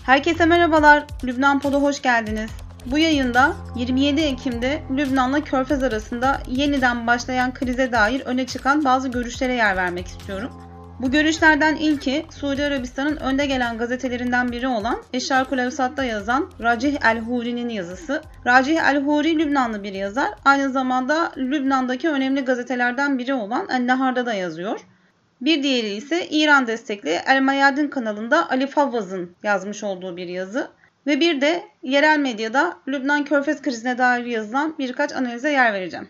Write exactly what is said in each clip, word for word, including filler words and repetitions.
Herkese merhabalar, Lübnan Pod'a hoş geldiniz. Bu yayında yirmi yedi Ekim'de Lübnan'la Körfez arasında yeniden başlayan krize dair öne çıkan bazı görüşlere yer vermek istiyorum. Bu görüşlerden ilki Suudi Arabistan'ın önde gelen gazetelerinden biri olan Eşşarkul Evsat'ta yazan Racih El-Huri'nin yazısı. Racih El-Huri Lübnanlı bir yazar, aynı zamanda Lübnan'daki önemli gazetelerden biri olan El-Nahar'da da yazıyor. Bir diğeri ise İran destekli El Mayadin kanalında Ali Favvaz'ın yazmış olduğu bir yazı. Ve bir de yerel medyada Lübnan Körfez krizine dair yazılan birkaç analize yer vereceğim.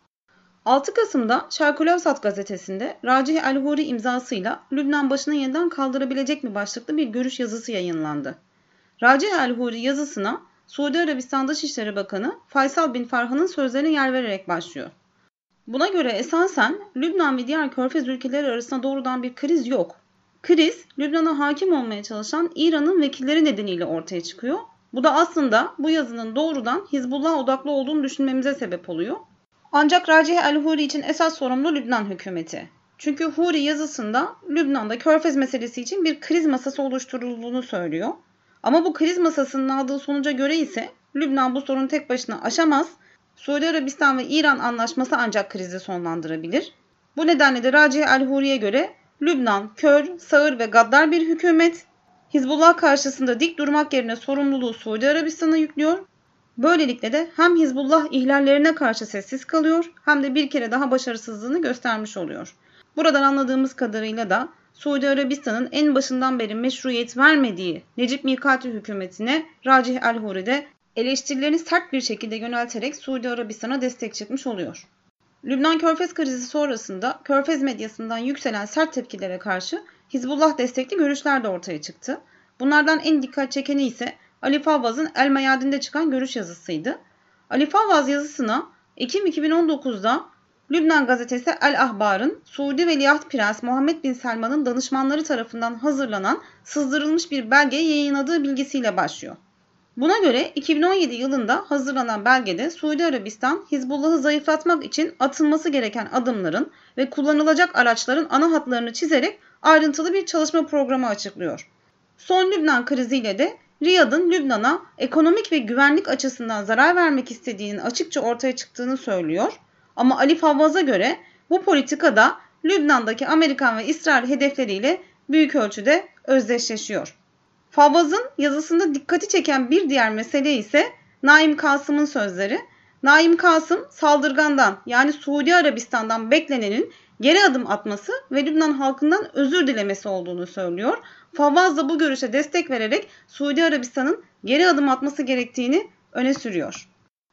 altı Kasım'da Şarkul Evsat gazetesinde Racih El-Huri imzasıyla Lübnan başını yeniden kaldırabilecek mi başlıklı bir görüş yazısı yayınlandı. Racih El-Huri yazısına Suudi Arabistan Dışişleri Bakanı Faysal bin Farhan'ın sözlerine yer vererek başlıyor. Buna göre esasen Lübnan ve diğer Körfez ülkeleri arasında doğrudan bir kriz yok. Kriz, Lübnan'a hakim olmaya çalışan İran'ın vekilleri nedeniyle ortaya çıkıyor. Bu da aslında bu yazının doğrudan Hizbullah odaklı olduğunu düşünmemize sebep oluyor. Ancak Racih El-Huri için esas sorumlu Lübnan hükümeti. Çünkü Huri yazısında Lübnan'da Körfez meselesi için bir kriz masası oluşturulduğunu söylüyor. Ama bu kriz masasının aldığı sonuca göre ise Lübnan bu sorunu tek başına aşamaz. Suudi Arabistan ve İran anlaşması ancak krizi sonlandırabilir. Bu nedenle de Racih El-Huri'ye göre Lübnan kör, sağır ve gaddar bir hükümet. Hizbullah karşısında dik durmak yerine sorumluluğu Suudi Arabistan'a yüklüyor. Böylelikle de hem Hizbullah ihlallerine karşı sessiz kalıyor hem de bir kere daha başarısızlığını göstermiş oluyor. Buradan anladığımız kadarıyla da Suudi Arabistan'ın en başından beri meşruiyet vermediği Necip Mikati hükümetine Racih El-Huri de eleştirilerini sert bir şekilde yönelterek Suudi Arabistan'a destek çıkmış oluyor. Lübnan Körfez krizi sonrasında Körfez medyasından yükselen sert tepkilere karşı Hizbullah destekli görüşler de ortaya çıktı. Bunlardan en dikkat çekeni ise Ali Favvaz'ın El Mayadin'de çıkan görüş yazısıydı. Ali Favvaz yazısına Ekim iki bin on dokuzda Lübnan gazetesi El Ahbar'ın Suudi Veliaht Prens Muhammed bin Selman'ın danışmanları tarafından hazırlanan sızdırılmış bir belgeyi yayınladığı bilgisiyle başlıyor. Buna göre iki bin on yedi yılında hazırlanan belgede Suudi Arabistan, Hizbullah'ı zayıflatmak için atılması gereken adımların ve kullanılacak araçların ana hatlarını çizerek ayrıntılı bir çalışma programı açıklıyor. Son Lübnan kriziyle de Riyad'ın Lübnan'a ekonomik ve güvenlik açısından zarar vermek istediğinin açıkça ortaya çıktığını söylüyor. Ama Ali Favvaz'a göre bu politikada Lübnan'daki Amerikan ve İsrail hedefleriyle büyük ölçüde özdeşleşiyor. Favvaz'ın yazısında dikkati çeken bir diğer mesele ise Naim Kasım'ın sözleri. Naim Kasım saldırgandan yani Suudi Arabistan'dan beklenenin geri adım atması ve Lübnan halkından özür dilemesi olduğunu söylüyor. Favvaz da bu görüşe destek vererek Suudi Arabistan'ın geri adım atması gerektiğini öne sürüyor.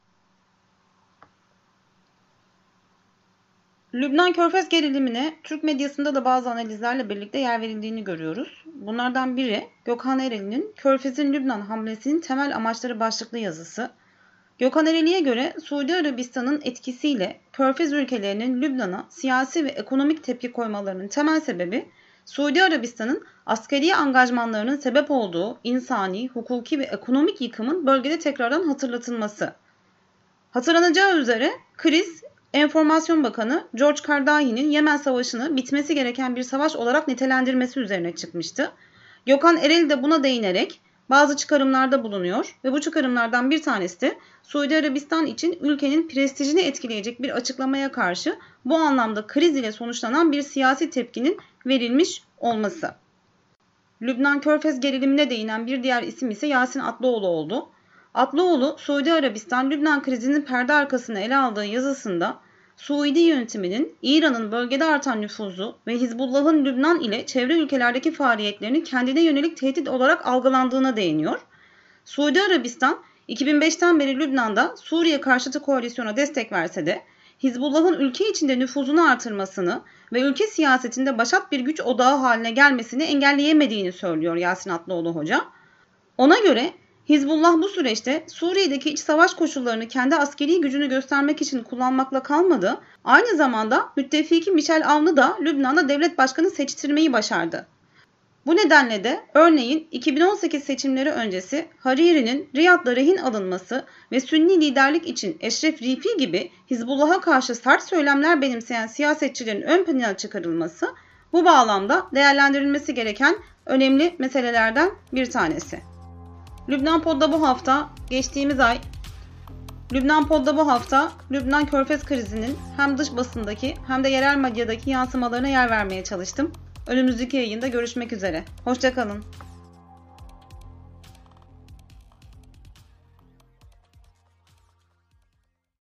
Lübnan Körfez gerilimine Türk medyasında da bazı analizlerle birlikte yer verildiğini görüyoruz. Bunlardan biri Gökhan Ereli'nin Körfez'in Lübnan hamlesinin temel amaçları başlıklı yazısı. Gökhan Ereli'ye göre Suudi Arabistan'ın etkisiyle Körfez ülkelerinin Lübnan'a siyasi ve ekonomik tepki koymalarının temel sebebi Suudi Arabistan'ın askeri angajmanlarının sebep olduğu insani, hukuki ve ekonomik yıkımın bölgede tekrardan hatırlatılması. Hatırlanacağı üzere kriz Enformasyon Bakanı George Kardahi'nin Yemen Savaşı'nı bitmesi gereken bir savaş olarak nitelendirmesi üzerine çıkmıştı. Gökhan Erel de buna değinerek bazı çıkarımlarda bulunuyor ve bu çıkarımlardan bir tanesi de Suudi Arabistan için ülkenin prestijini etkileyecek bir açıklamaya karşı bu anlamda kriz ile sonuçlanan bir siyasi tepkinin verilmiş olması. Lübnan Körfez gerilimine değinen bir diğer isim ise Yasin Atlıoğlu oldu. Atlıoğlu, Suudi Arabistan Lübnan krizinin perde arkasını ele aldığı yazısında Suudi yönetiminin İran'ın bölgede artan nüfuzu ve Hizbullah'ın Lübnan ile çevre ülkelerdeki faaliyetlerini kendine yönelik tehdit olarak algılandığına değiniyor. Suudi Arabistan iki bin beşten beri Lübnan'da Suriye karşıtı koalisyona destek verse de Hizbullah'ın ülke içinde nüfuzunu artırmasını ve ülke siyasetinde başat bir güç odağı haline gelmesini engelleyemediğini söylüyor Yasin Atlıoğlu Hoca. Ona göre Hizbullah bu süreçte Suriye'deki iç savaş koşullarını kendi askeri gücünü göstermek için kullanmakla kalmadı, aynı zamanda müttefiki Michel Aoun'u da Lübnan'da devlet başkanı seçtirmeyi başardı. Bu nedenle de örneğin iki bin on sekiz seçimleri öncesi Hariri'nin Riyad'da rehin alınması ve Sünni liderlik için Eşref Rifi gibi Hizbullah'a karşı sert söylemler benimseyen siyasetçilerin ön plana çıkarılması bu bağlamda değerlendirilmesi gereken önemli meselelerden bir tanesi. Lübnan Pod'da bu hafta geçtiğimiz ay Lübnan Pod'da bu hafta Lübnan Körfez krizinin hem dış basındaki hem de yerel medyadaki yansımalarına yer vermeye çalıştım. Önümüzdeki yayında görüşmek üzere. Hoşça kalın.